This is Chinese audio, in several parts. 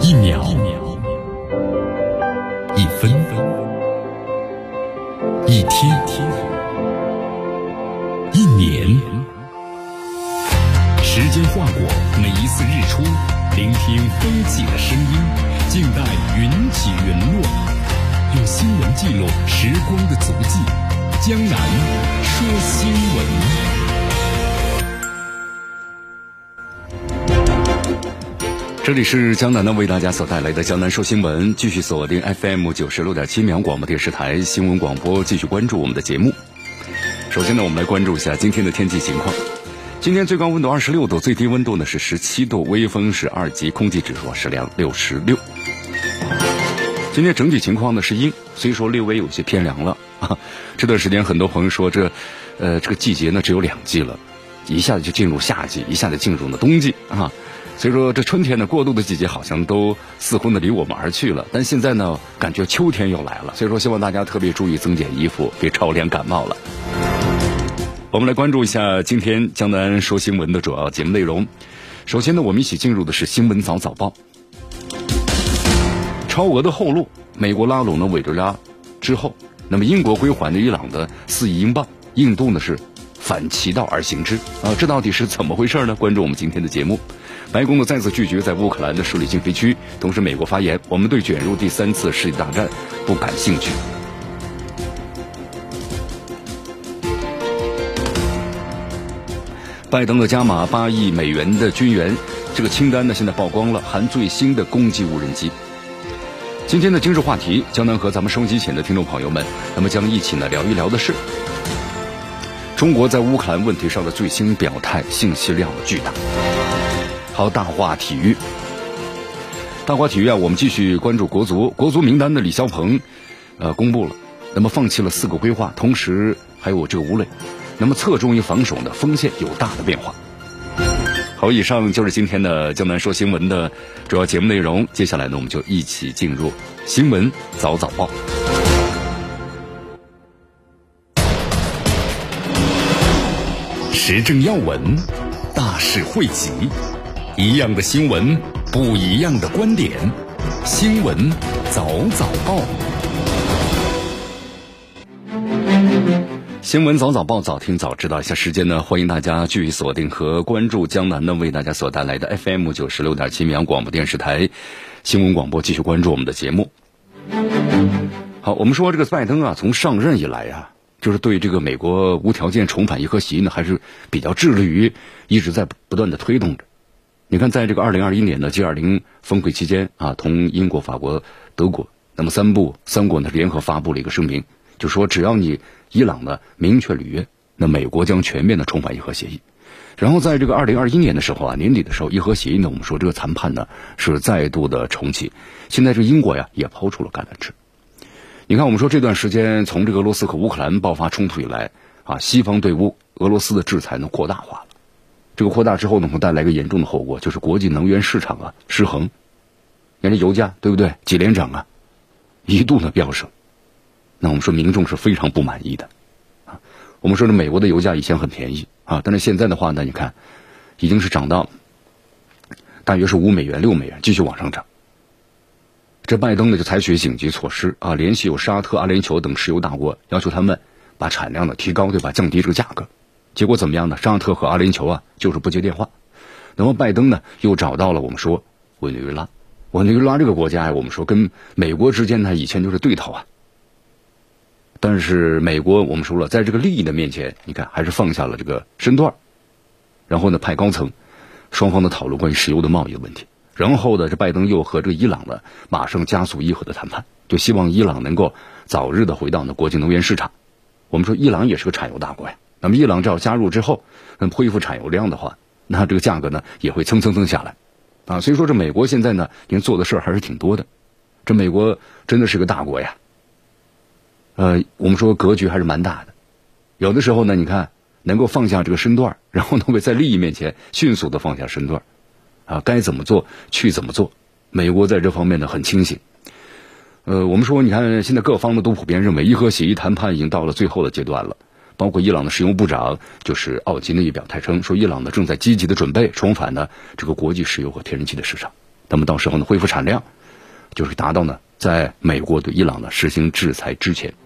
一秒，一分，一天，一年，时间划过每一次日出，聆听风起的声音，静待云起云落，用新闻记录时光的足迹。江南说新闻。这里是江南为大家所带来的江南说新闻，继续锁定 FM 96.7绵阳广播电视台新闻广播，继续关注我们的节目。首先呢，我们来关注一下今天的天气情况。今天最高温度26度，最低温度呢是17度，微风是2级，空气指数是良66。今天整体情况呢是阴，虽说略微有些偏凉了啊。这段时间很多朋友说这个季节呢只有2季了，一下子就进入夏季，一下子进入了冬季啊。所以说这春天的过渡的季节好像都似乎呢离我们而去了，但现在呢感觉秋天又来了，所以说希望大家特别注意增减衣服，别着凉感冒了。我们来关注一下今天江南说新闻的主要节目内容。首先呢，我们一起进入的是新闻早早报。超额的后路，美国拉拢了委内瑞拉之后，那么英国归还的伊朗的4亿英镑，印度呢是反其道而行之啊，这到底是怎么回事呢？关注我们今天的节目。白宫呢再次拒绝在乌克兰的设立禁飞区，同时美国发言，我们对卷入第3次世界大战不感兴趣。拜登的加码8亿美元的军援，这个清单呢现在曝光了，含最新的攻击无人机。今天的今日话题，江南和咱们收机前的听众朋友们，那么将一起呢聊一聊的是中国在乌克兰问题上的最新表态，信息量的巨大。好，大话体育啊，我们继续关注国足名单的李霄鹏公布了，那么放弃了4个规划，同时还有这个吴磊，那么侧重于防守的锋线有大的变化。好，以上就是今天的江南说新闻的主要节目内容，接下来呢我们就一起进入新闻早早报。时政要闻，大事汇集，一样的新闻，不一样的观点。新闻早早报，新闻早早报，早听早知道。一下时间呢，欢迎大家继续锁定和关注江南呢为大家所带来的 FM 96.7绵阳广播电视台新闻广播，继续关注我们的节目。好，我们说这个拜登啊，从上任以来啊，就是对这个美国无条件重返伊核协议呢，还是比较致力于一直在不断的推动着。你看，在这个2021年的 G20 峰会期间啊，同英国、法国、德国，那么三国呢联合发布了一个声明，就说只要你伊朗呢明确履约，那美国将全面的重返伊核协议。然后在这个2021年的时候啊，年底的时候，伊核协议呢，我们说这个谈判呢是再度的重启。现在这个英国呀也抛出了橄榄枝。你看，我们说这段时间从这个俄罗斯和乌克兰爆发冲突以来啊，西方对俄罗斯的制裁呢扩大化了。这个扩大之后呢，会带来一个严重的后果，就是国际能源市场啊失衡。你看这油价对不对？几连涨啊，一度呢飙升。那我们说民众是非常不满意的啊。我们说这美国的油价以前很便宜啊，但是现在的话呢，你看已经是涨到大约是5美元、6美元，继续往上涨。这拜登呢就采取紧急措施啊，联系有沙特、阿联酋等石油大国，要求他们把产量呢提高，对吧？降低这个价格。结果怎么样呢？沙特和阿联酋啊就是不接电话。那么拜登呢又找到了我们说委内瑞拉这个国家呀，我们说跟美国之间呢以前就是对头啊。但是美国我们说了，在这个利益的面前，你看还是放下了这个身段，然后呢派高层，双方的讨论关于石油的贸易的问题。然后呢，这拜登又和这个伊朗呢马上加速伊核的谈判，就希望伊朗能够早日的回到呢国际能源市场。我们说伊朗也是个产油大国呀，那么伊朗只要加入之后，恢复产油量的话，那这个价格呢也会蹭下来啊。所以说这美国现在呢您做的事还是挺多的，这美国真的是个大国呀。我们说格局还是蛮大的，有的时候呢你看能够放下这个身段，然后呢会在利益面前迅速的放下身段啊，该怎么做去怎么做。美国在这方面呢很清醒。我们说你看现在各方呢都普遍认为伊核协议谈判已经到了最后的阶段了，包括伊朗的石油部长就是奥吉内也表态称，说伊朗呢正在积极的准备重返呢这个国际石油和天然气的市场。 那么到时候呢恢复产量，就是达到呢在美国对伊朗呢实行制裁之前。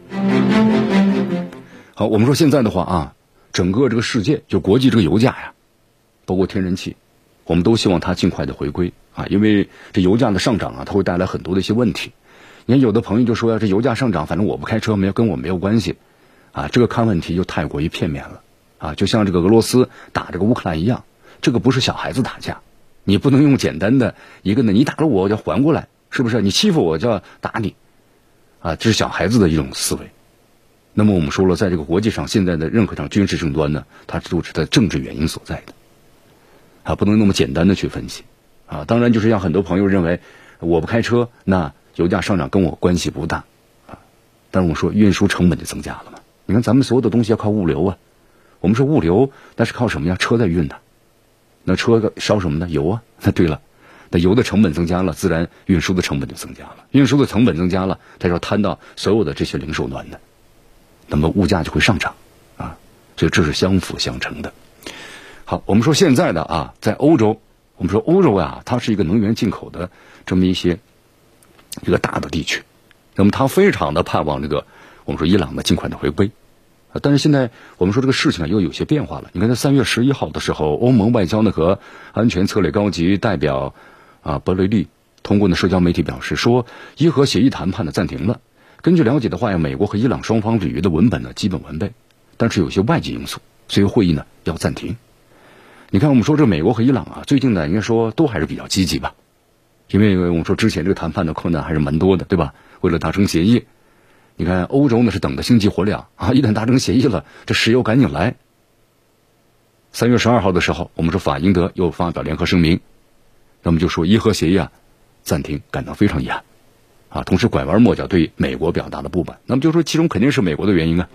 好，我们说现在的话啊，整个这个世界就国际这个油价呀，包括天然气，我们都希望它尽快的回归啊，因为这油价的上涨啊，它会带来很多的一些问题。你看有的朋友就说呀，这油价上涨，反正我不开车，跟我没有关系啊，这个看问题就太过于片面了啊，就像这个俄罗斯打这个乌克兰一样，这个不是小孩子打架，你不能用简单的一个呢，你打了我就要还过来，是不是？你欺负我就要打你啊，这是小孩子的一种思维。那么我们说了，在这个国际上，现在的任何场军事争端呢，它都是它政治原因所在的啊，不能那么简单的去分析啊。当然，就是让很多朋友认为我不开车，那油价上涨跟我关系不大啊。但是我们说运输成本就增加了嘛。你看咱们所有的东西要靠物流啊，我们说物流那是靠什么呀？车在运的，那车烧什么呢？油啊。那对了，那油的成本增加了，自然运输的成本就增加了。运输的成本增加了，它就要摊到所有的这些零售端的。那么物价就会上涨啊，所以这是相辅相成的。好，我们说现在的啊，在欧洲，我们说欧洲啊，它是一个能源进口的这么一个大的地区，那么它非常的盼望这个我们说伊朗的尽快的回归啊。但是现在我们说这个事情啊又有些变化了。你看在3月11号的时候，欧盟外交和安全策略高级代表啊博雷利通过呢社交媒体表示说，伊核协议谈判呢暂停了。根据了解的话呀，美国和伊朗双方履约的文本呢基本完备，但是有些外界因素，所以会议呢要暂停。你看我们说这美国和伊朗啊，最近呢应该说都还是比较积极吧，因为我们说之前这个谈判的困难还是蛮多的，对吧？为了达成协议，你看欧洲呢是等的心急火燎啊，一旦达成协议了，这石油赶紧来。3月12号的时候，我们说法英德又发表联合声明，那么就说伊核协议啊暂停，感到非常遗憾啊，同时拐弯抹角对美国表达了不满，那么就说其中肯定是美国的原因啊。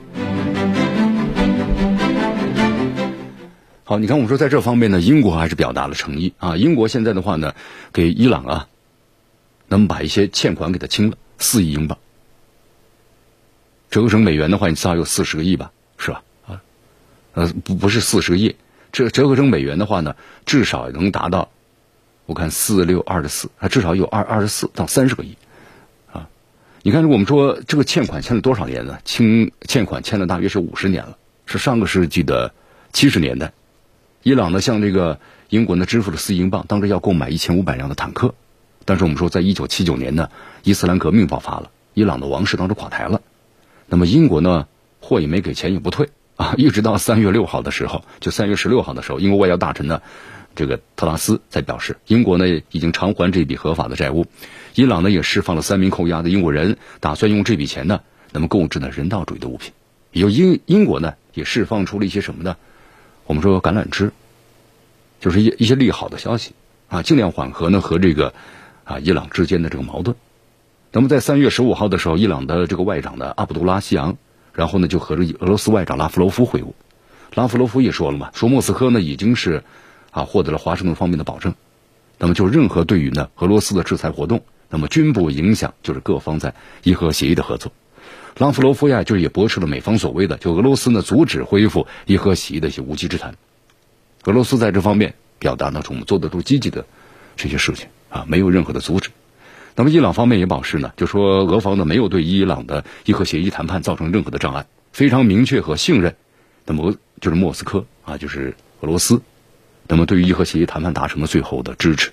好，你看我们说在这方面呢，英国还是表达了诚意啊。英国现在的话呢，给伊朗啊，那么把一些欠款给他清了，4亿英镑，折合成美元的话，你至少有40个亿吧，是吧？啊，不是40个亿，这折合成美元的话呢，至少能达到，我看4624，至少有24到30个亿。你看，我们说这个欠款欠了多少年呢？欠款欠了大约是50年了，是上个世纪的70年代。伊朗呢向这个英国呢支付了4亿英镑，当时要购买1500辆的坦克。但是我们说，在1979年呢，伊斯兰革命爆发了，伊朗的王室当时垮台了。那么英国呢，货也没给，钱也不退啊，一直到3月6号的时候，就3月16号的时候，英国外交大臣呢，这个特拉斯才表示，英国呢已经偿还这笔合法的债务。伊朗呢也释放了3名扣押的英国人，打算用这笔钱呢，那么购置呢人道主义的物品。也就英国呢也释放出了一些什么呢？我们说橄榄枝，就是一些利好的消息啊，尽量缓和呢和这个伊朗之间的这个矛盾。那么在3月15号的时候，伊朗的这个外长的阿卜杜拉希扬，然后呢就和这俄罗斯外长拉夫罗夫会晤。拉夫罗夫也说了嘛，说莫斯科呢已经是获得了华盛顿方面的保证，那么就任何对于呢俄罗斯的制裁活动，那么均不影响就是各方在伊核协议的合作。拉夫罗夫呀就也驳斥了美方所谓的就俄罗斯呢阻止恢复伊核协议的一些无稽之谈。俄罗斯在这方面表达呢我们做的都积极的这些事情啊，没有任何的阻止。那么伊朗方面也表示呢，就说俄方呢没有对伊朗的伊核协议谈判造成任何的障碍，非常明确和信任那么就是莫斯科就是俄罗斯，那么对于伊核协议谈判达成了最后的支持。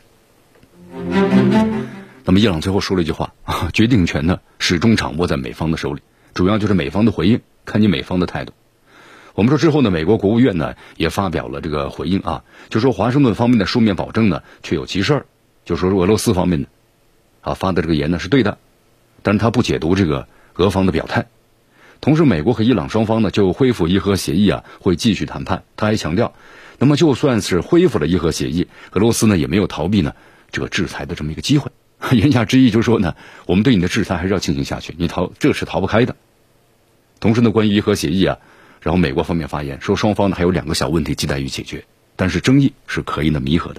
那么伊朗最后说了一句话决定权呢始终掌握在美方的手里，主要就是美方的回应，看你美方的态度。我们说之后呢，美国国务院呢也发表了这个回应就说华盛顿方面的书面保证呢确有其事儿，就说俄罗斯方面呢发的这个言呢是对的，但是他不解读这个俄方的表态。同时美国和伊朗双方呢就恢复伊核协议会继续谈判。他还强调，那么就算是恢复了伊核协议，俄罗斯呢也没有逃避呢这个制裁的这么一个机会。言下之意就是说呢，我们对你的制裁还是要进行下去，这是逃不开的。同时呢，关于伊核协议然后美国方面发言说，双方呢还有2个小问题亟待于解决，但是争议是可以呢弥合的。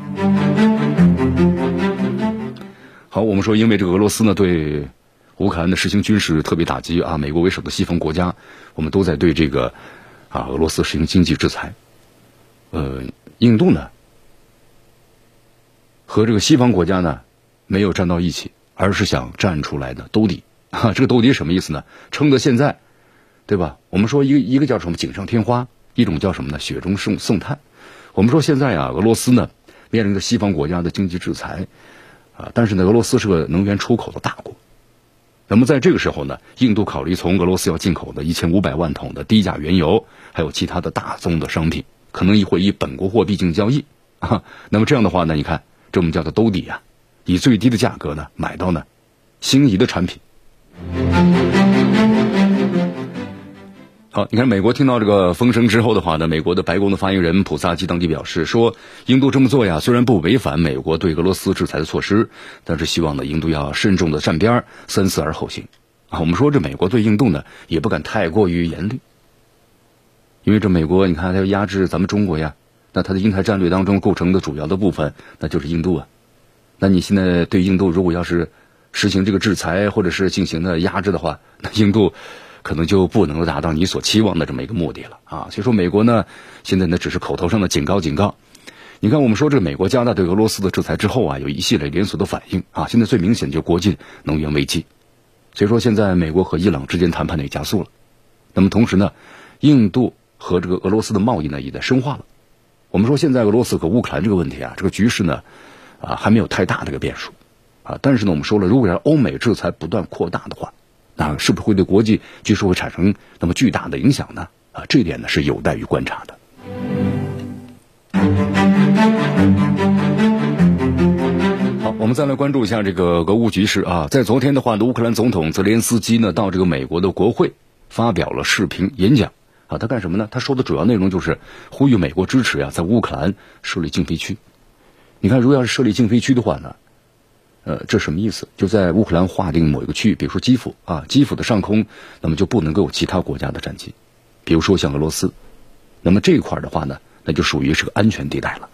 好，我们说因为这个俄罗斯呢对乌克兰的实行军事特别打击美国为首的西方国家，我们都在对这个俄罗斯实行经济制裁。印度呢和这个西方国家呢没有站到一起，而是想站出来的兜底啊。这个兜底什么意思呢？撑得现在，对吧？我们说一个叫什么锦上添花，一种叫什么呢？雪中送炭。我们说现在啊，俄罗斯呢面临着西方国家的经济制裁啊，但是呢，俄罗斯是个能源出口的大国。那么在这个时候呢，印度考虑从俄罗斯要进口的1500万桶的低价原油，还有其他的大宗的商品，可能会以本国货币进行交易啊。那么这样的话呢，你看这我们叫做兜底啊，以最低的价格呢买到呢心仪的产品。好，你看美国听到这个风声之后的话呢，美国的白宫的发言人普萨基当地表示说，印度这么做呀，虽然不违反美国对俄罗斯制裁的措施，但是希望呢印度要慎重的站边，三思而后行啊。我们说这美国对印度呢也不敢太过于严厉，因为这美国你看它要压制咱们中国呀，那它的印太战略当中构成的主要的部分那就是印度啊。那你现在对印度如果要是实行这个制裁或者是进行的压制的话，那印度可能就不能够达到你所期望的这么一个目的了啊。所以说美国呢现在呢只是口头上的警告。你看我们说这个美国加大对俄罗斯的制裁之后啊，有一系列连锁的反应啊。现在最明显就是国际能源危机，所以说现在美国和伊朗之间谈判也加速了。那么同时呢，印度和这个俄罗斯的贸易呢也在深化了。我们说现在俄罗斯和乌克兰这个问题啊，这个局势呢还没有太大的一个变数啊。但是呢我们说了，如果要欧美制裁不断扩大的话，那是不是会对国际局势会产生那么巨大的影响呢？啊，这一点呢是有待于观察的。好，我们再来关注一下这个俄乌局势啊。在昨天的话呢，乌克兰总统泽连斯基呢到这个美国的国会发表了视频演讲啊。他干什么呢？他说的主要内容就是呼吁美国支持在乌克兰设立禁飞区。你看，如果要是设立禁飞区的话呢，这什么意思？就在乌克兰划定某一个区域，比如说基辅啊，基辅的上空，那么就不能够有其他国家的战机，比如说像俄罗斯。那么这一块的话呢，那就属于是个安全地带了。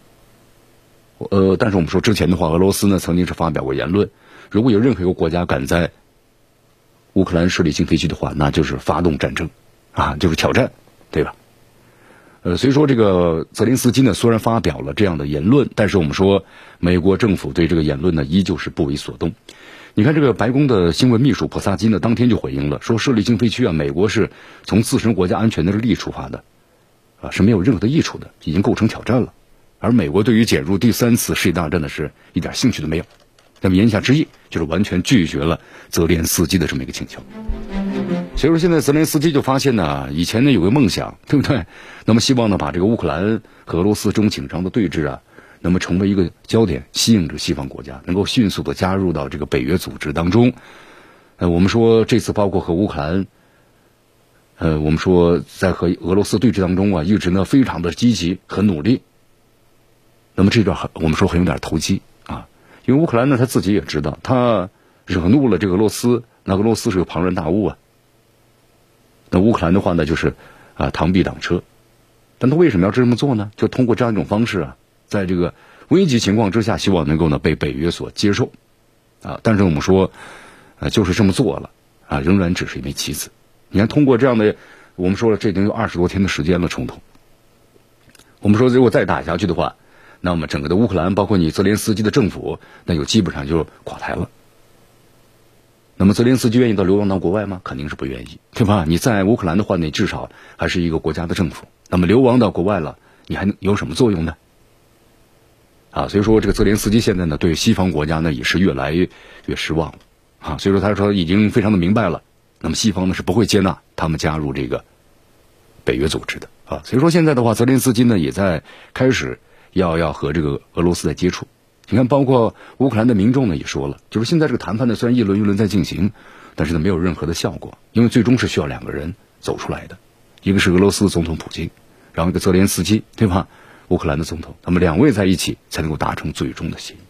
但是我们说之前的话，俄罗斯呢曾经是发表过言论，如果有任何一个国家敢在乌克兰设立禁飞区的话，那就是发动战争啊，就是挑战，对吧？所以说这个泽连斯基呢虽然发表了这样的言论，但是我们说美国政府对这个言论呢依旧是不为所动。你看这个白宫的新闻秘书普萨基呢当天就回应了，说设立禁飞区啊，美国是从自身国家安全的利益出发的啊，是没有任何的益处的，已经构成挑战了。而美国对于减入第3次世界大战呢是一点兴趣都没有。那么言下之意就是完全拒绝了泽连斯基的这么一个请求。所以说现在泽连斯基就发现呢，以前呢有个梦想，对不对？那么希望呢把这个乌克兰和俄罗斯中紧张的对峙啊，那么成为一个焦点，吸引着西方国家能够迅速的加入到这个北约组织当中。我们说这次包括和乌克兰我们说在和俄罗斯对峙当中啊，一直呢非常的积极和努力。那么这段我们说很有点投机啊，因为乌克兰呢他自己也知道，他惹怒了这个俄罗斯，那俄罗斯是个庞然大物啊。那乌克兰的话呢，就是螳臂挡车。但他为什么要这么做呢？就通过这样一种方式啊，在这个危急情况之下，希望能够呢被北约所接受啊。但是我们说就是这么做了啊，仍然只是一枚棋子。你看通过这样的，我们说了这已经有20多天的时间了冲突。我们说如果再打下去的话，那么整个的乌克兰包括你泽连斯基的政府，那就基本上就垮台了。那么泽连斯基愿意流亡到国外吗？肯定是不愿意，对吧？你在乌克兰的话，你至少还是一个国家的政府。那么流亡到国外了，你还能有什么作用呢？啊，所以说这个泽连斯基现在呢，对西方国家呢也是越来越失望了啊。所以说他说已经非常的明白了，那么西方呢是不会接纳他们加入这个北约组织的啊。所以说现在的话，泽连斯基呢也在开始要和这个俄罗斯在接触。你看，包括乌克兰的民众呢也说了，就是现在这个谈判呢虽然一轮一轮在进行，但是呢没有任何的效果，因为最终是需要2个人走出来的，一个是俄罗斯总统普京，然后一个泽连斯基，对吧？乌克兰的总统，那么2位在一起才能够达成最终的协议。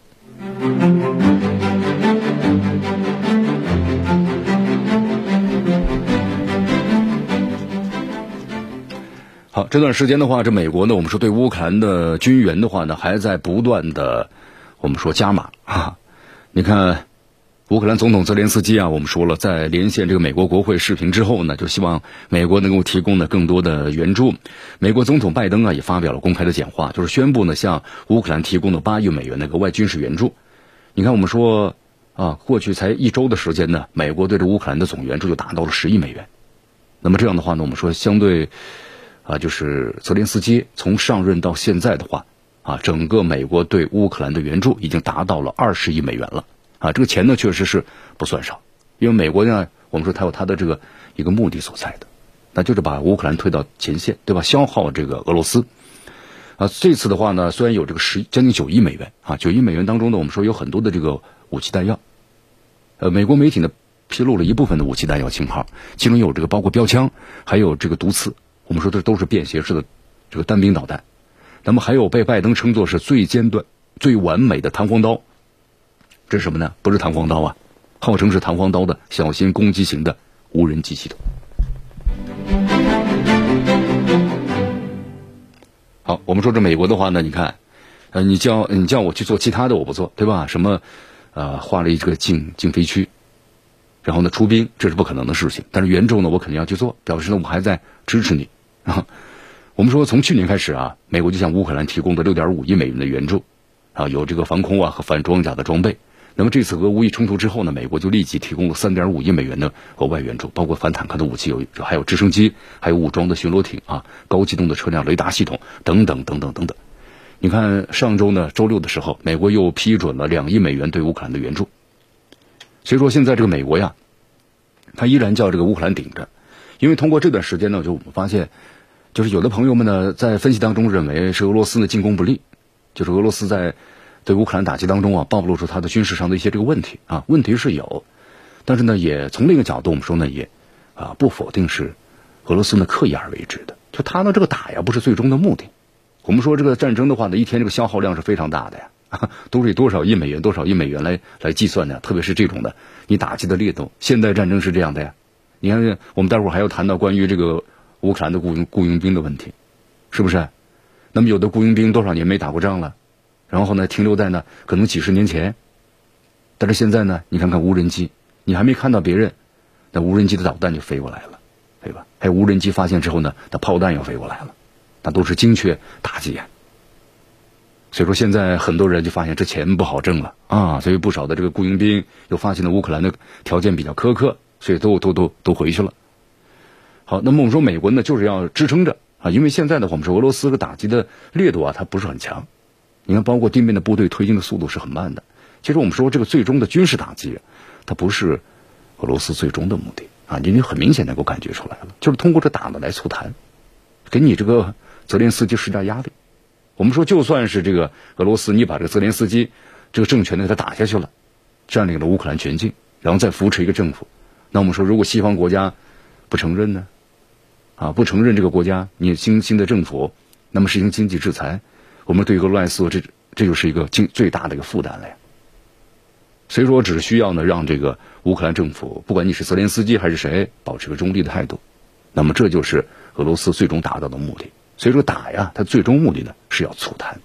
好，这段时间的话，这美国呢，我们说对乌克兰的军援的话呢，还在不断的我们说加码啊。你看乌克兰总统泽连斯基啊，我们说了，在连线这个美国国会视频之后呢，就希望美国能够提供呢更多的援助。美国总统拜登啊也发表了公开的讲话，就是宣布呢向乌克兰提供了8亿美元的额外军事援助。你看，我们说啊，过去才1周的时间呢，美国对这乌克兰的总援助就达到了10亿美元。那么这样的话呢，我们说相对啊，就是泽连斯基从上任到现在的话啊，整个美国对乌克兰的援助已经达到了20亿美元了。啊，这个钱呢确实是不算少，因为美国呢，我们说它有它的这个一个目的所在的，那就是把乌克兰推到前线，对吧？消耗这个俄罗斯。啊，这次的话呢，虽然有这个将近9亿美元啊，9亿美元当中呢，我们说有很多的这个武器弹药。美国媒体呢披露了一部分的武器弹药型号，其中有这个包括标枪，还有这个毒刺，我们说这都是便携式的这个单兵导弹。那么还有被拜登称作是最尖端、最完美的弹簧刀。这是什么呢？不是弹簧刀啊，号称是弹簧刀的小型攻击型的无人机系统。好，我们说这美国的话呢，你看，你叫我去做其他的我不做，对吧？什么划了一个禁飞区，然后呢出兵，这是不可能的事情。但是援助呢，我肯定要去做，表示呢我还在支持你啊。我们说从去年开始啊，美国就向乌克兰提供的6.5亿美元的援助啊，有这个防空啊和反装甲的装备。那么这次俄乌一冲突之后呢，美国就立即提供了3.5亿美元的额外援助，包括反坦克的武器，还有直升机，还有武装的巡逻艇啊，高机动的车辆雷达系统等等等等等等。你看上周呢，周6的时候，美国又批准了2亿美元对乌克兰的援助。所以说现在这个美国呀，他依然叫这个乌克兰顶着，因为通过这段时间呢，就我们发现，就是有的朋友们呢在分析当中认为是俄罗斯的进攻不利，就是俄罗斯在对乌克兰打击当中啊，暴露出它的军事上的一些这个问题啊，问题是有，但是呢，也从另一个角度我们说呢，也不否定是俄罗斯呢刻意而为之的，就他呢这个打呀不是最终的目的。我们说这个战争的话呢，一天这个消耗量是非常大的呀，都是以多少亿美元来计算的，特别是这种的你打击的力度，现代战争是这样的呀。你看我们待会儿还要谈到关于这个乌克兰的雇佣兵的问题，是不是？那么有的雇佣兵多少年没打过仗了？然后呢，停留在呢可能几十年前，但是现在呢，你看看无人机，你还没看到别人，那无人机的导弹就飞过来了，对吧？还有无人机发现之后呢，那炮弹又飞过来了，那都是精确打击呀。所以说现在很多人就发现这钱不好挣了啊，所以不少的这个雇佣兵又发现了乌克兰的条件比较苛刻，所以都回去了。好，那么我们说美国呢就是要支撑着啊，因为现在的话我们说俄罗斯的打击的力度啊，它不是很强。你看，包括地面的部队推进的速度是很慢的。其实我们说这个最终的军事打击，它不是俄罗斯最终的目的啊，你很明显能够感觉出来了，就是通过这打的来促谈，给你这个泽连斯基施加压力。我们说，就算是这个俄罗斯，你把这个泽连斯基这个政权呢给他打下去了，占领了乌克兰全境，然后再扶持一个政府，那我们说，如果西方国家不承认呢，啊，不承认这个国家你新的政府，那么实行经济制裁。我们对俄罗斯这就是一个最大的一个负担了呀。所以说，只需要呢让这个乌克兰政府，不管你是泽连斯基还是谁，保持个中立的态度，那么这就是俄罗斯最终达到的目的。所以说打呀，它最终目的呢是要促谈。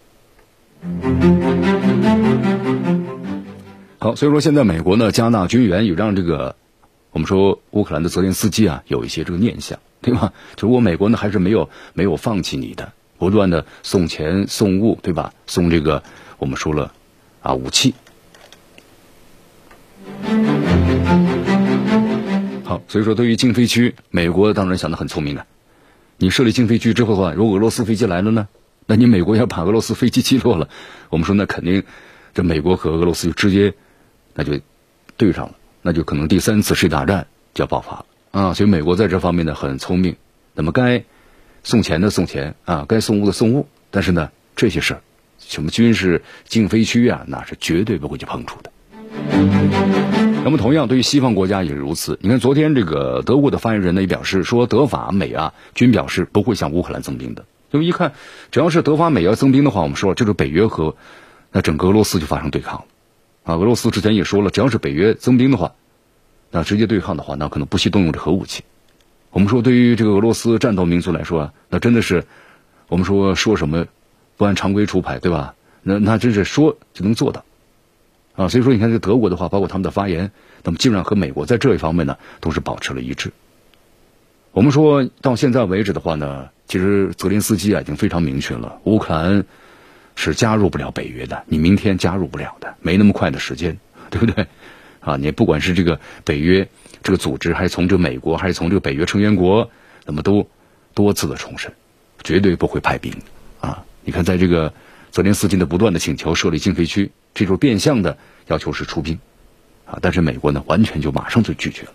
好，所以说现在美国呢加大军援，也让这个我们说乌克兰的泽连斯基啊有一些这个念想，对吧？就我美国呢还是没有放弃你的。不断的送钱送物，对吧？送这个我们说了啊武器。好，所以说对于禁飞区，美国当然想得很聪明啊。你设立禁飞区之后的话，如果俄罗斯飞机来了呢，那你美国要把俄罗斯飞机击落了，我们说那肯定这美国和俄罗斯就直接那就对上了，那就可能第3次世界大战就要爆发了啊。所以美国在这方面呢很聪明，那么该送钱的送钱啊，该送物的送物，但是呢，这些事儿，什么军事禁飞区啊，那是绝对不会去碰触的。那么同样，对于西方国家也是如此。你看，昨天这个德国的发言人呢也表示说，德法美啊均表示不会向乌克兰增兵的。因为一看，只要是德法美要增兵的话，我们说这个北约和那整个俄罗斯就发生对抗了啊。俄罗斯之前也说了，只要是北约增兵的话，那直接对抗的话，那可能不惜动用这核武器。我们说，对于这个俄罗斯战斗民族来说啊，那真的是我们说什么不按常规出牌，对吧？那真是说就能做到。 所以说你看这个德国的话，包括他们的发言，那么基本上和美国在这一方面呢都是保持了一致。我们说到现在为止的话呢，其实泽连斯基已经非常明确了，乌克兰是加入不了北约的，你明天加入不了的，没那么快的时间，对不对？你不管是这个北约这个组织，还是从这个美国，还是从这个北约成员国，那么都多次的重申，绝对不会派兵你看，在这个泽连斯基的不断的请求设立禁飞区，这种变相的要求是出兵但是美国呢，完全就马上就拒绝了。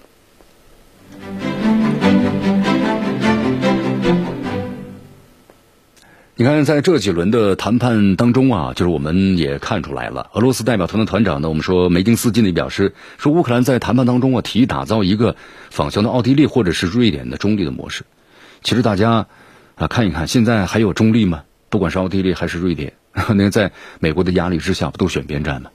你看，在这几轮的谈判当中就是我们也看出来了，俄罗斯代表团的团长呢，我们说梅金斯基呢表示，说乌克兰在谈判当中提议打造一个仿效的奥地利或者是瑞典的中立的模式。其实大家看一看，现在还有中立吗？不管是奥地利还是瑞典，那在美国的压力之下，不都选边站吗？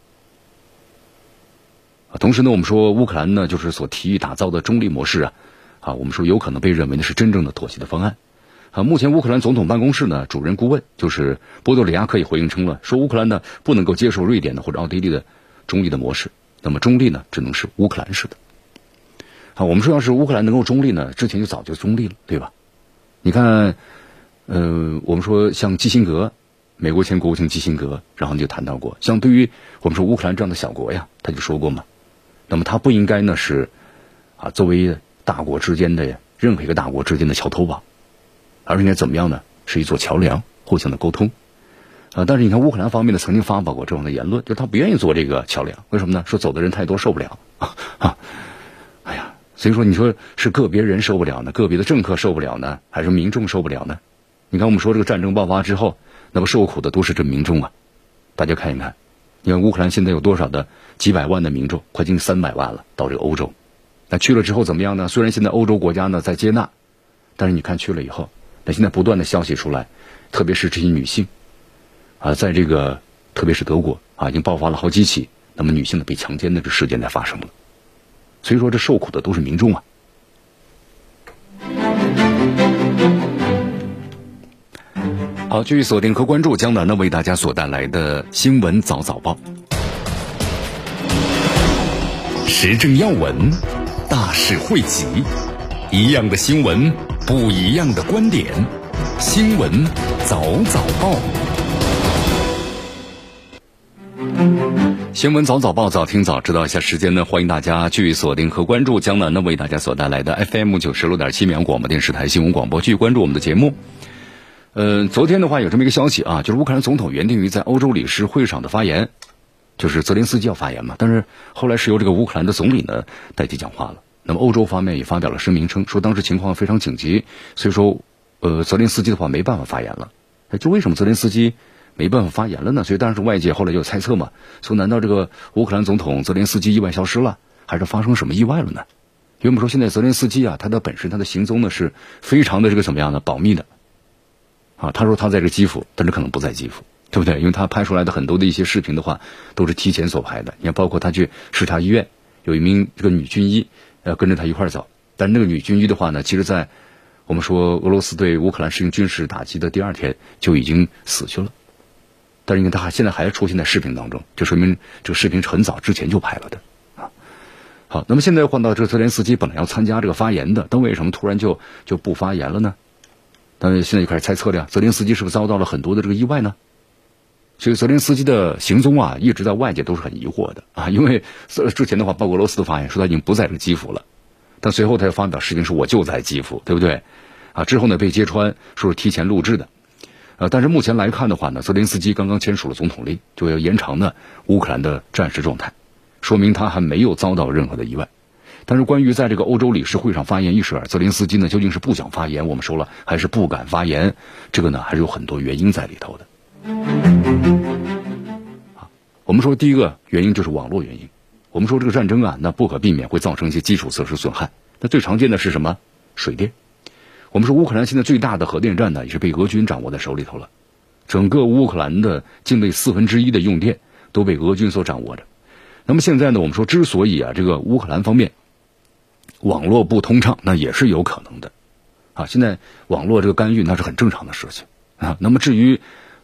同时呢，我们说乌克兰呢，就是所提议打造的中立模式我们说有可能被认为呢是真正的妥协的方案。目前乌克兰总统办公室呢主任顾问就是波多里亚克也回应称了，说乌克兰呢不能够接受瑞典的或者奥地利的中立的模式，那么中立呢只能是乌克兰式的。我们说要是乌克兰能够中立呢，之前就早就中立了，对吧？你看我们说像基辛格，美国前国务卿基辛格，然后就谈到过，像对于我们说乌克兰这样的小国呀，他就说过嘛，那么他不应该呢是作为大国之间的任何一个大国之间的桥头堡，而是应该怎么样呢？是一座桥梁，互相的沟通。但是你看乌克兰方面呢，曾经发表过这样的言论，就是他不愿意做这个桥梁，为什么呢？说走的人太多，受不了所以说你说是个别人受不了呢，个别的政客受不了呢，还是民众受不了呢？你看我们说这个战争爆发之后，那么受苦的都是这民众大家看一看，你看乌克兰现在有多少的几百万的民众，快近300万了，到这个欧洲，那去了之后怎么样呢？虽然现在欧洲国家呢在接纳，但是你看去了以后，那现在不断的消息出来，特别是这些女性在这个特别是德国已经爆发了好几起，那么女性的被强奸的这事件在发生了。所以说这受苦的都是民众好，继续锁定和关注江南呢为大家所带来的新闻早早报，时政要闻，大事汇集，一样的新闻，不一样的观点，新闻早早报。新闻早早报，早听早知道一下时间呢，欢迎大家继续锁定和关注江南呢为大家所带来的 FM 96.7绵阳广播电视台新闻广播，继续关注我们的节目。昨天的话有这么一个消息就是乌克兰总统原定于在欧洲理事会上的发言，就是泽连斯基要发言嘛，但是后来是由这个乌克兰的总理呢代替讲话了。那么欧洲方面也发表了声明称，说当时情况非常紧急，所以说泽连斯基的话没办法发言了。就为什么泽连斯基没办法发言了呢？所以当然是外界后来就猜测嘛，说难道这个乌克兰总统泽连斯基意外消失了，还是发生什么意外了呢？因为我们说现在泽连斯基他的本身他的行踪呢是非常的这个怎么样呢保密的他说他在这个基辅，但是可能不在基辅，对不对？因为他拍出来的很多的一些视频的话都是提前所拍的，你看包括他去视察医院，有一名这个女军医跟着他一块走，但那个女军医的话呢，其实在我们说俄罗斯对乌克兰实行军事打击的第2天就已经死去了，但是你看他现在还出现在视频当中，就说明这个视频是很早之前就拍了的好，那么现在换到这个泽连斯基本来要参加这个发言的，但为什么突然就不发言了呢？但是现在就开始猜测了泽连斯基是不是遭到了很多的这个意外呢？所以泽连斯基的行踪一直在外界都是很疑惑的因为之前的话包括俄罗斯的发言说他已经不在这个基辅了，但随后他又发表视频说我就在基辅，对不对之后呢被揭穿说是提前录制的但是目前来看的话呢，泽连斯基刚刚签署了总统令，就要延长呢乌克兰的战时状态，说明他还没有遭到任何的意外。但是关于在这个欧洲理事会上发言一事泽连斯基呢究竟是不想发言，我们说了还是不敢发言，这个呢还是有很多原因在里头的我们说第一个原因就是网络原因，我们说这个战争那不可避免会造成一些基础设施损害，那最常见的是什么？水电。我们说乌克兰现在最大的核电站呢也是被俄军掌握在手里头了，整个乌克兰的境内1/4的用电都被俄军所掌握着。那么现在呢我们说之所以这个乌克兰方面网络不通畅，那也是有可能的现在网络这个干预那是很正常的事情那么至于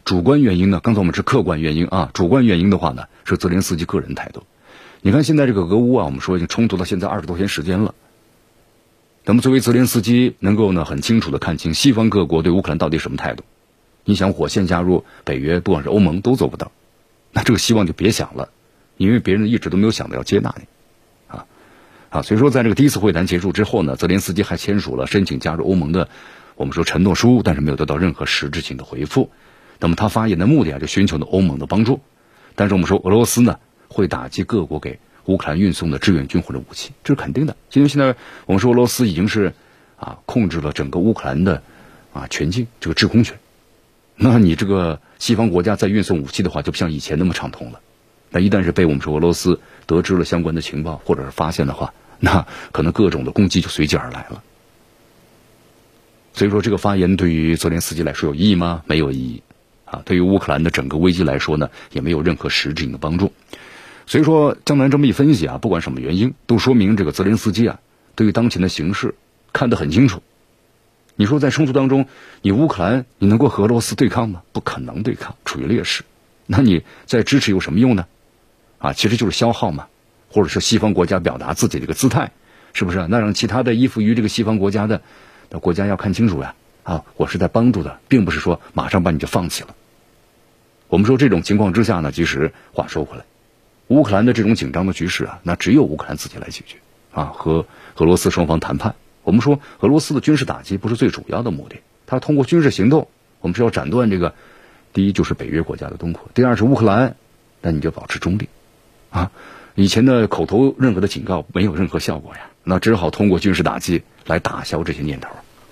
主观原因呢，刚才我们是客观原因啊，主观原因的话呢，是泽连斯基个人态度。你看现在这个俄乌啊，我们说已经冲突到现在20多天时间了。那么作为泽连斯基能够呢很清楚的看清西方各国对乌克兰到底什么态度，你想火线加入北约，不管是欧盟都做不到，那这个希望就别想了，因为别人一直都没有想到要接纳你所以说在这个第一次会谈结束之后呢，泽连斯基还签署了申请加入欧盟的我们说承诺书，但是没有得到任何实质性的回复。那么他发言的目的就寻求了欧盟的帮助，但是我们说俄罗斯呢会打击各国给乌克兰运送的志愿军或者武器，这是肯定的。因为现在我们说俄罗斯已经是控制了整个乌克兰的全境这个制空权，那你这个西方国家在运送武器的话就不像以前那么畅通了。那一旦是被我们说俄罗斯得知了相关的情报或者是发现的话，那可能各种的攻击就随即而来了。所以说这个发言对于泽连斯基来说有意义吗？没有意义对于乌克兰的整个危机来说呢，也没有任何实质性的帮助。所以说江南这么一分析不管什么原因，都说明这个泽连斯基对于当前的形势看得很清楚。你说在冲突当中，你乌克兰你能够和俄罗斯对抗吗？不可能对抗，处于劣势。那你在支持有什么用呢？其实就是消耗嘛，或者是西方国家表达自己的一个姿态，是不是？那让其他的依附于这个西方国家的国家要看清楚我是在帮助的，并不是说马上把你就放弃了。我们说这种情况之下呢，其实话说回来，乌克兰的这种紧张的局势那只有乌克兰自己来解决和俄罗斯双方谈判。我们说俄罗斯的军事打击不是最主要的目的，它通过军事行动，我们是要斩断这个，第一就是北约国家的东扩，第二是乌克兰，那你就保持中立以前的口头任何的警告没有任何效果那只好通过军事打击来打消这些念头。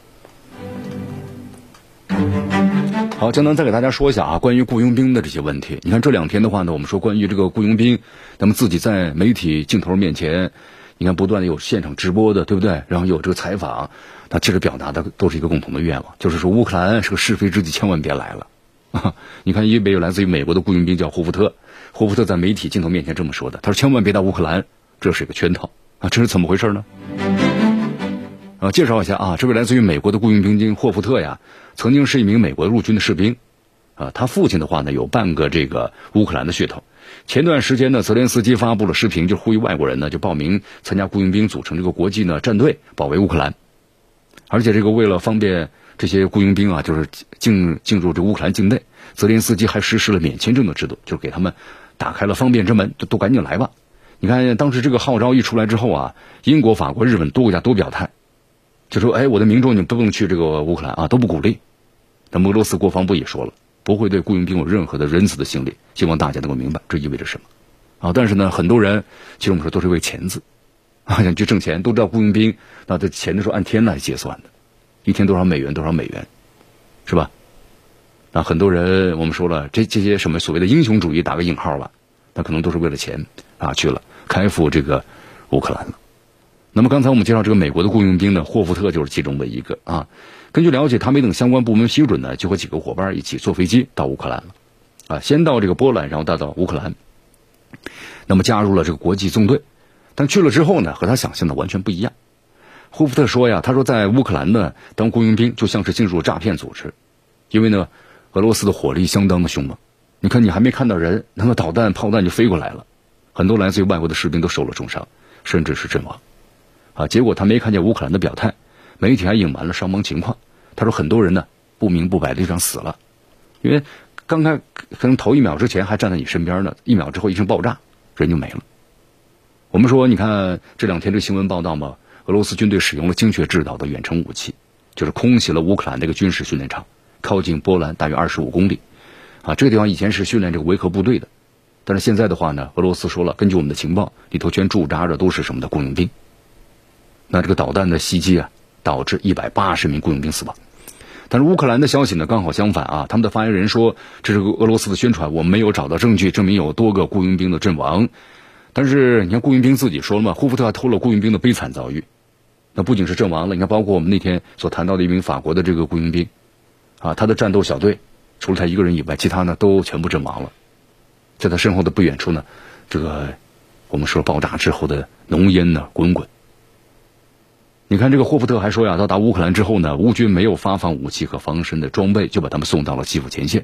好，江南再给大家说一下关于雇佣兵的这些问题。你看这2天的话呢，我们说关于这个雇佣兵，那么自己在媒体镜头面前，你看不断的有现场直播的，对不对？然后有这个采访，那其实表达的都是一个共同的愿望，就是说乌克兰是个是非之地，千万别来了你看一位来自于美国的雇佣兵叫霍福特，霍福特在媒体镜头面前这么说的，他说千万别到乌克兰，这是一个圈套这是怎么回事呢？介绍一下这位来自于美国的雇佣兵霍福特曾经是一名美国陆军的士兵他父亲的话呢有半个这个乌克兰的血统。前段时间呢，泽连斯基发布了视频，就呼吁外国人呢就报名参加雇佣兵，组成这个国际呢战队，保卫乌克兰。而且这个为了方便这些雇佣兵就是进入这乌克兰境内，泽连斯基还实施了免签证的制度，就是给他们打开了方便之门，都赶紧来吧。你看当时这个号召一出来之后英国、法国、日本多国家都表态，就说我的民众你不能去这个乌克兰都不鼓励。那俄罗斯国防部也说了，不会对雇佣兵有任何的仁慈的心理，希望大家能够明白这意味着什么但是呢，很多人其实我们说都是为钱字想去挣钱，都知道雇佣兵那这钱都是按天来结算的，一天多少美元多少美元，是吧？那很多人我们说了，这些什么所谓的英雄主义打个引号吧，那可能都是为了钱去了开赴这个乌克兰了。那么刚才我们介绍这个美国的雇佣兵呢，霍福特就是其中的一个根据了解，他没等相关部门批准呢，就和几个伙伴一起坐飞机到乌克兰了先到这个波兰，然后再到乌克兰，那么加入了这个国际纵队。但去了之后呢，和他想象的完全不一样。霍福特说他说在乌克兰呢当雇佣兵就像是进入诈骗组织，因为呢俄罗斯的火力相当的凶猛，你看你还没看到人，那么导弹炮弹就飞过来了，很多来自于外国的士兵都受了重伤，甚至是阵亡结果他没看见乌克兰的表态，媒体还隐瞒了伤亡情况。他说很多人呢不明不白的就这样死了，因为刚开可能头1秒之前还站在你身边呢，1秒之后一声爆炸，人就没了。我们说你看这2天这个新闻报道嘛，俄罗斯军队使用了精确制导的远程武器，就是空袭了乌克兰这个军事训练场，靠近波兰大约25公里这个地方以前是训练这个维和部队的，但是现在的话呢，俄罗斯说了，根据我们的情报，里头全驻扎着都是什么的雇佣兵。那这个导弹的袭击导致180名雇佣兵死亡。但是乌克兰的消息呢刚好相反他们的发言人说，这是俄罗斯的宣传，我们没有找到证据证明有多个雇佣兵的阵亡。但是你看雇佣兵自己说了嘛，霍福特还透露雇佣兵的悲惨遭遇，那不仅是阵亡了，你看包括我们那天所谈到的一名法国的这个雇佣兵他的战斗小队除了他一个人以外，其他呢都全部阵亡了。在他身后的不远处呢，这个我们说爆炸之后的浓烟呢滚滚。你看这个霍福特还说到达乌克兰之后呢，乌军没有发放武器和防身的装备，就把他们送到了基辅前线，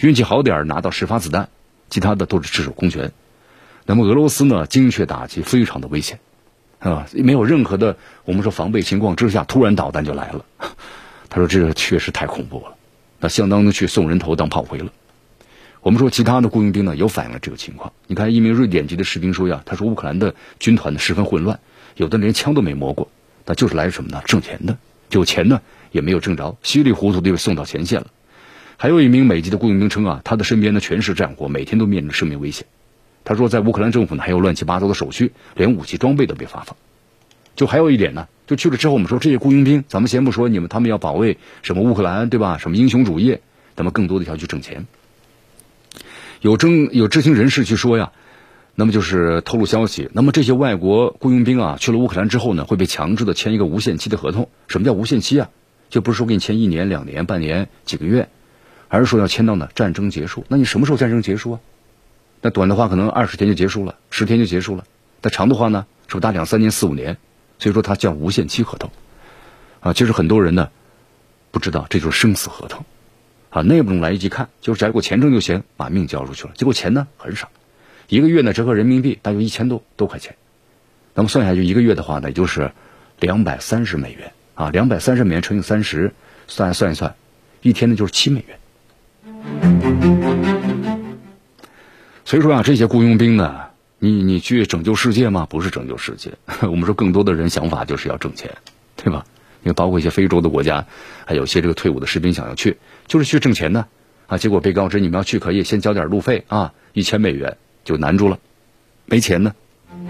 运气好点拿到10发子弹，其他的都是赤手空拳。那么俄罗斯呢，精确打击非常的危险啊，没有任何的我们说防备情况之下，突然导弹就来了。他说这个确实太恐怖了，那相当于去送人头当炮灰了。我们说其他的雇佣兵呢，有反映了这个情况。你看一名瑞典籍的士兵说呀，他说乌克兰的军团呢十分混乱，有的连枪都没摸过，那就是来什么呢？挣钱的，有钱呢也没有挣着，稀里糊涂的被送到前线了。还有一名美籍的雇佣兵称啊，他的身边呢全是战火，每天都面临生命危险。他说在乌克兰政府呢还有乱七八糟的手续，连武器装备都被发放。就还有一点呢，就去了之后我们说这些雇佣兵，咱们先不说他们要保卫什么乌克兰对吧，什么英雄主义，咱们更多的要去挣钱。有知情人士去说呀，那么就是透露消息，那么这些外国雇佣兵啊去了乌克兰之后呢，会被强制的签一个无限期的合同。什么叫无限期啊？就不是说给你签1年、2年、半年、几个月，而是说要签到呢战争结束。那你什么时候战争结束啊？那短的话可能20天就结束了，10天就结束了。那长的话呢，是不是打2、3年、4、5年？所以说它叫无限期合同啊。其实很多人呢不知道这就是生死合同啊。内部来一看，就是只要有钱挣就行，把命交出去了。结果钱呢很少，1个月呢折合人民币大约1000多块钱。那么算下去1个月的话呢，也就是230美元啊，230美元乘以30，算一算，一天呢就是7美元。所以说啊，这些雇佣兵呢，你去拯救世界吗？不是拯救世界。我们说更多的人想法就是要挣钱，对吧？因为包括一些非洲的国家，还有一些这个退伍的士兵想要去，就是去挣钱呢啊。结果被告知你们要去可以先交点路费啊，1000美元就难住了，没钱呢。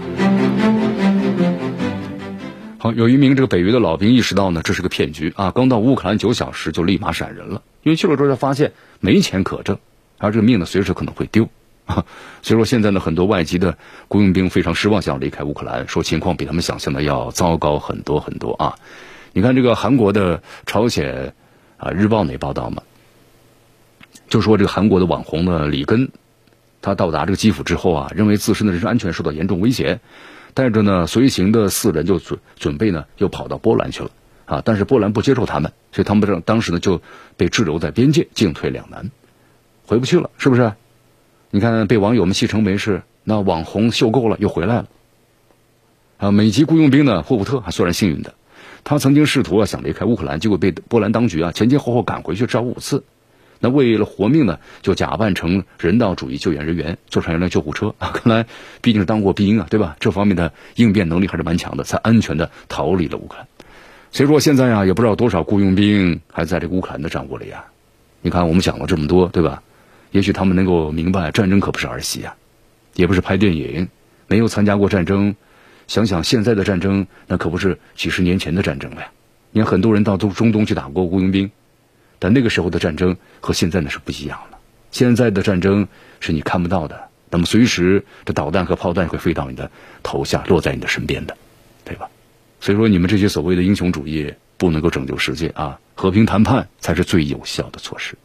好，有一名这个北约的老兵意识到呢，这是个骗局啊。刚到乌克兰9小时就立马闪人了，因为去了之后就发现没钱可挣，而这个命呢随时可能会丢。所以说现在呢，很多外籍的雇佣兵非常失望，想离开乌克兰，说情况比他们想象的要糟糕很多很多啊。你看这个韩国的朝鲜日报那报道嘛，就说这个韩国的网红呢李根，他到达这个基辅之后啊，认为自身的人身安全受到严重威胁，带着呢随行的4人就准备呢又跑到波兰去了啊，但是波兰不接受他们，所以他们当时呢就被滞留在边界，进退两难，回不去了，是不是？你看被网友们戏称为是那网红秀够了又回来了啊。美籍雇佣兵呢霍普特还算是幸运的，他曾经试图想离开乌克兰，结果被波兰当局前前后后赶回去至少5次。那为了活命呢，就假扮成人道主义救援人员，坐上一辆救护车啊。看来毕竟是当过兵啊，对吧？这方面的应变能力还是蛮强的，才安全的逃离了乌克兰。所以说现在也不知道多少雇佣兵还在这个乌克兰的掌握里呀。你看我们讲了这么多，对吧？也许他们能够明白，战争可不是儿戏啊，也不是拍电影，没有参加过战争，想想现在的战争，那可不是几十年前的战争了呀。你看很多人到中东去打过雇佣兵，但那个时候的战争和现在呢是不一样了。现在的战争是你看不到的，那么随时这导弹和炮弹会飞到你的头下，落在你的身边的，对吧？所以说你们这些所谓的英雄主义不能够拯救世界啊，和平谈判才是最有效的措施。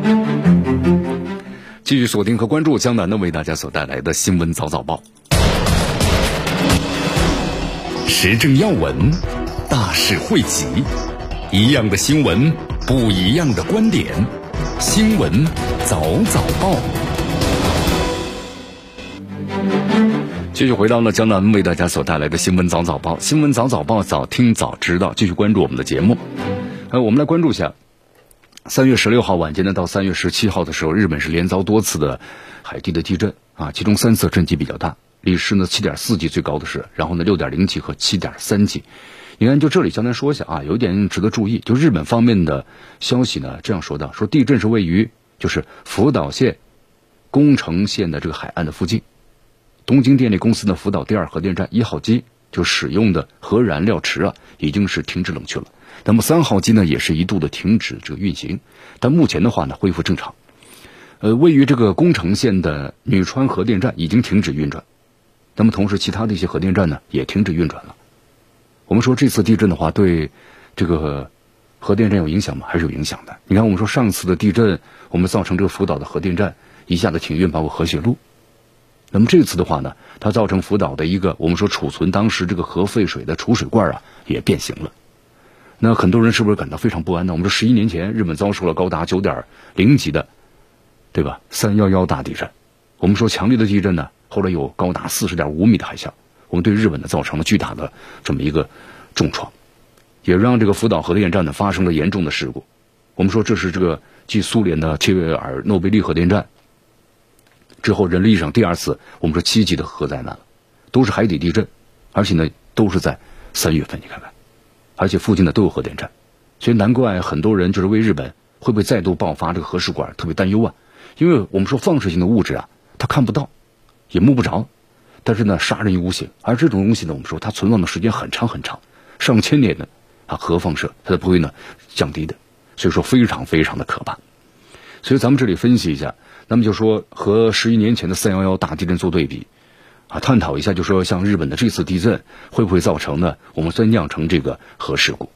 继续锁定和关注江南的为大家所带来的新闻早早报，时政要闻，大事汇集，一样的新闻，不一样的观点，新闻早早报。继续回到江南为大家所带来的新闻早早报，新闻早早报，早听早知道。继续关注我们的节目，我们来关注一下3月16号晚间呢到3月17号的时候，日本是连遭多次的海地的地震啊，其中3次震级比较大，里氏呢 7.4 级最高的是，然后呢 6.0 级和 7.3 级。你看就这里江南说一下啊，有一点值得注意，就日本方面的消息呢这样说到，说地震是位于就是福岛县宫城县的这个海岸的附近，东京电力公司的福岛第2核电站1号机就使用的核燃料池已经是停止冷却了。那么3号机呢也是一度的停止这个运行，但目前的话呢恢复正常。位于这个宫城县的女川核电站已经停止运转，那么同时其他的一些核电站呢也停止运转了。我们说这次地震的话对这个核电站有影响吗？还是有影响的。你看我们说上次的地震我们造成这个福岛的核电站一下子停运，包括核泄漏。那么这次的话呢，它造成福岛的一个我们说储存当时这个核废水的储水罐也变形了。那很多人是不是感到非常不安呢？我们说11年前日本遭受了高达9.0级的对吧？311大地震，我们说强烈的地震呢，后来有高达40.5米的海啸，我们对日本呢造成了巨大的这么一个重创，也让这个福岛核电站呢发生了严重的事故。我们说这是这个继苏联的切尔诺贝利核电站之后，人类历史上第2次我们说7级的核灾难了，都是海底地震，而且呢都是在3月份，你看看，而且附近呢都有核电站，所以难怪很多人就是为日本会不会再度爆发这个核试管特别担忧啊。因为我们说放射性的物质啊，它看不到也摸不着，但是呢杀人于无形，而这种东西呢我们说它存放的时间很长很长，上千年的核放射它不会呢降低的，所以说非常非常的可怕。所以咱们这里分析一下，那么就说和11年前的311大地震做对比探讨一下，就说像日本的这次地震会不会造成呢我们再酿成这个核事故。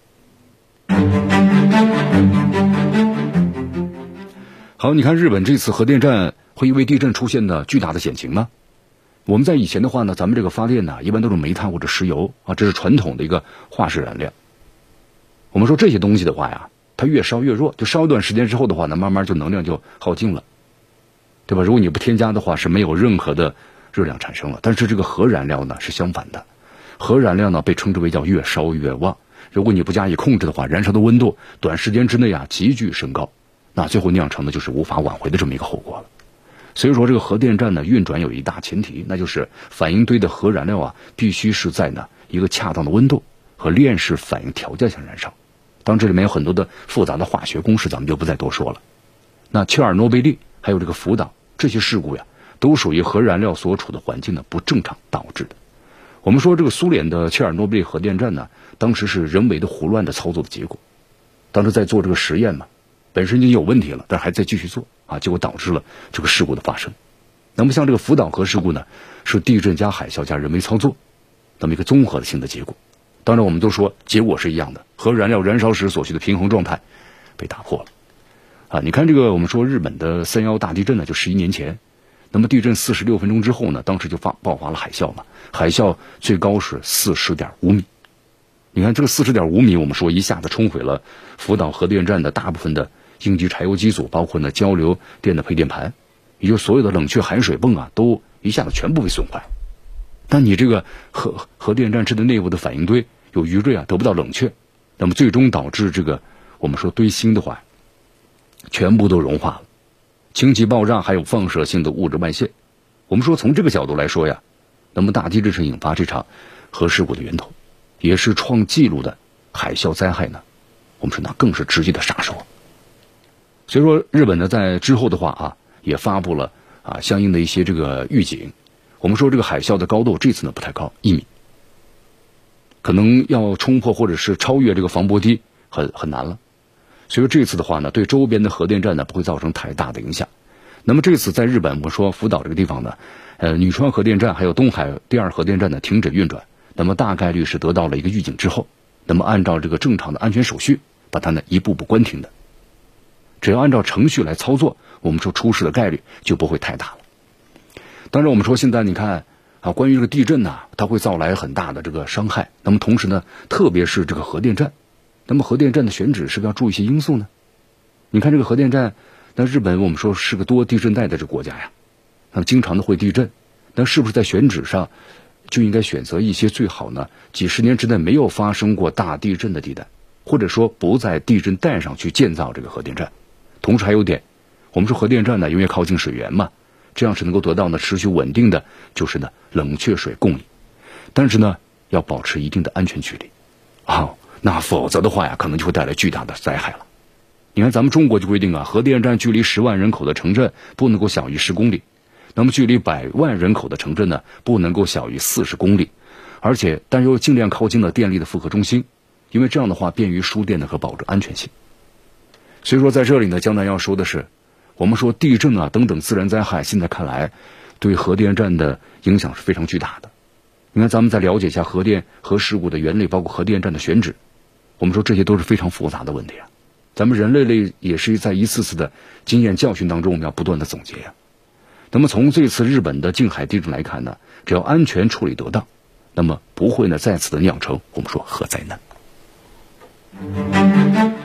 好，你看日本这次核电站会因为地震出现的巨大的险情吗？我们在以前的话呢，咱们这个发电呢一般都是煤炭或者石油这是传统的一个化石燃料。我们说这些东西的话呀，它越烧越弱，就烧一段时间之后的话呢，慢慢就能量就耗尽了，对吧？如果你不添加的话，是没有任何的热量产生了。但是这个核燃料呢是相反的，核燃料呢被称之为叫越烧越旺，如果你不加以控制的话，燃烧的温度短时间之内急剧升高，那最后酿成的就是无法挽回的这么一个后果了。所以说这个核电站呢运转有一大前提，那就是反应堆的核燃料必须是在呢一个恰当的温度和链式反应条件下燃烧。当然这里面有很多的复杂的化学公式，咱们就不再多说了。那切尔诺贝利还有这个福岛这些事故呀，都属于核燃料所处的环境的不正常导致的。我们说这个苏联的切尔诺贝利核电站呢，当时是人为的胡乱的操作的结果。当时在做这个实验嘛，本身已经有问题了，但是还在继续做结果导致了这个事故的发生。那么像这个福岛核事故呢，是地震加海啸加人为操作那么一个综合性的结果。当然我们都说结果是一样的，核燃料燃烧时所需的平衡状态被打破了你看这个我们说日本的311大地震呢，就11年前，那么地震46分钟之后呢，当时就爆发了海啸嘛，海啸最高是40.5米。你看这个40.5米，我们说一下子冲毁了福岛核电站的大部分的应急柴油机组，包括呢交流电的配电盘，也就所有的冷却含水泵都一下子全部被损坏。但你这个核电站的内部的反应堆有余热得不到冷却，那么最终导致这个我们说堆芯的话全部都融化了，氢气爆炸还有放射性的物质外泄。我们说从这个角度来说呀，那么大地震是引发这场核事故的源头，也是创纪录的海啸灾害呢，我们说那更是直接的杀手。所以说日本呢在之后的话也发布了相应的一些这个预警。我们说这个海啸的高度这次呢不太高，1米，可能要冲破或者是超越这个防波堤很难了。所以说这次的话呢，对周边的核电站呢不会造成太大的影响。那么这次在日本我们说福岛这个地方呢女川核电站还有东海第2核电站呢停止运转，那么大概率是得到了一个预警之后，那么按照这个正常的安全手续把它呢一步步关停的。只要按照程序来操作，我们说出事的概率就不会太大了。当然我们说现在你看关于这个地震它会造来很大的这个伤害，那么同时呢特别是这个核电站，那么核电站的选址是不是要注意一些因素呢？你看这个核电站，那日本我们说是个多地震带的这个国家呀，那么经常的会地震，那是不是在选址上就应该选择一些最好呢几十年之内没有发生过大地震的地带，或者说不在地震带上去建造这个核电站。同时还有点，我们说核电站呢因为靠近水源嘛，这样是能够得到呢持续稳定的就是呢冷却水供应，但是呢要保持一定的安全距离那否则的话呀可能就会带来巨大的灾害了。你看咱们中国就规定核电站距离10万人口的城镇不能够小于10公里，那么距离100万人口的城镇呢不能够小于40公里，而且但又尽量靠近了电力的负荷中心，因为这样的话便于输电的和保证安全性。所以说在这里呢江南要说的是，我们说地震等等自然灾害现在看来对核电站的影响是非常巨大的。你看咱们再了解一下核事故的原理，包括核电站的选址，我们说这些都是非常复杂的问题咱们人类也是在一次次的经验教训当中我们要不断的总结那么从这次日本的近海地震来看呢，只要安全处理得当，那么不会呢再次的酿成我们说核灾难。好，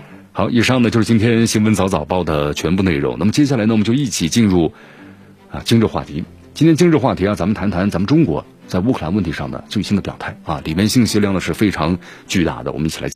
好，以上呢就是今天新闻早早报的全部内容。那么接下来呢，我们就一起进入今日话题。今天今日话题咱们谈谈咱们中国在乌克兰问题上的最新的表态里面信息量呢是非常巨大的，我们一起来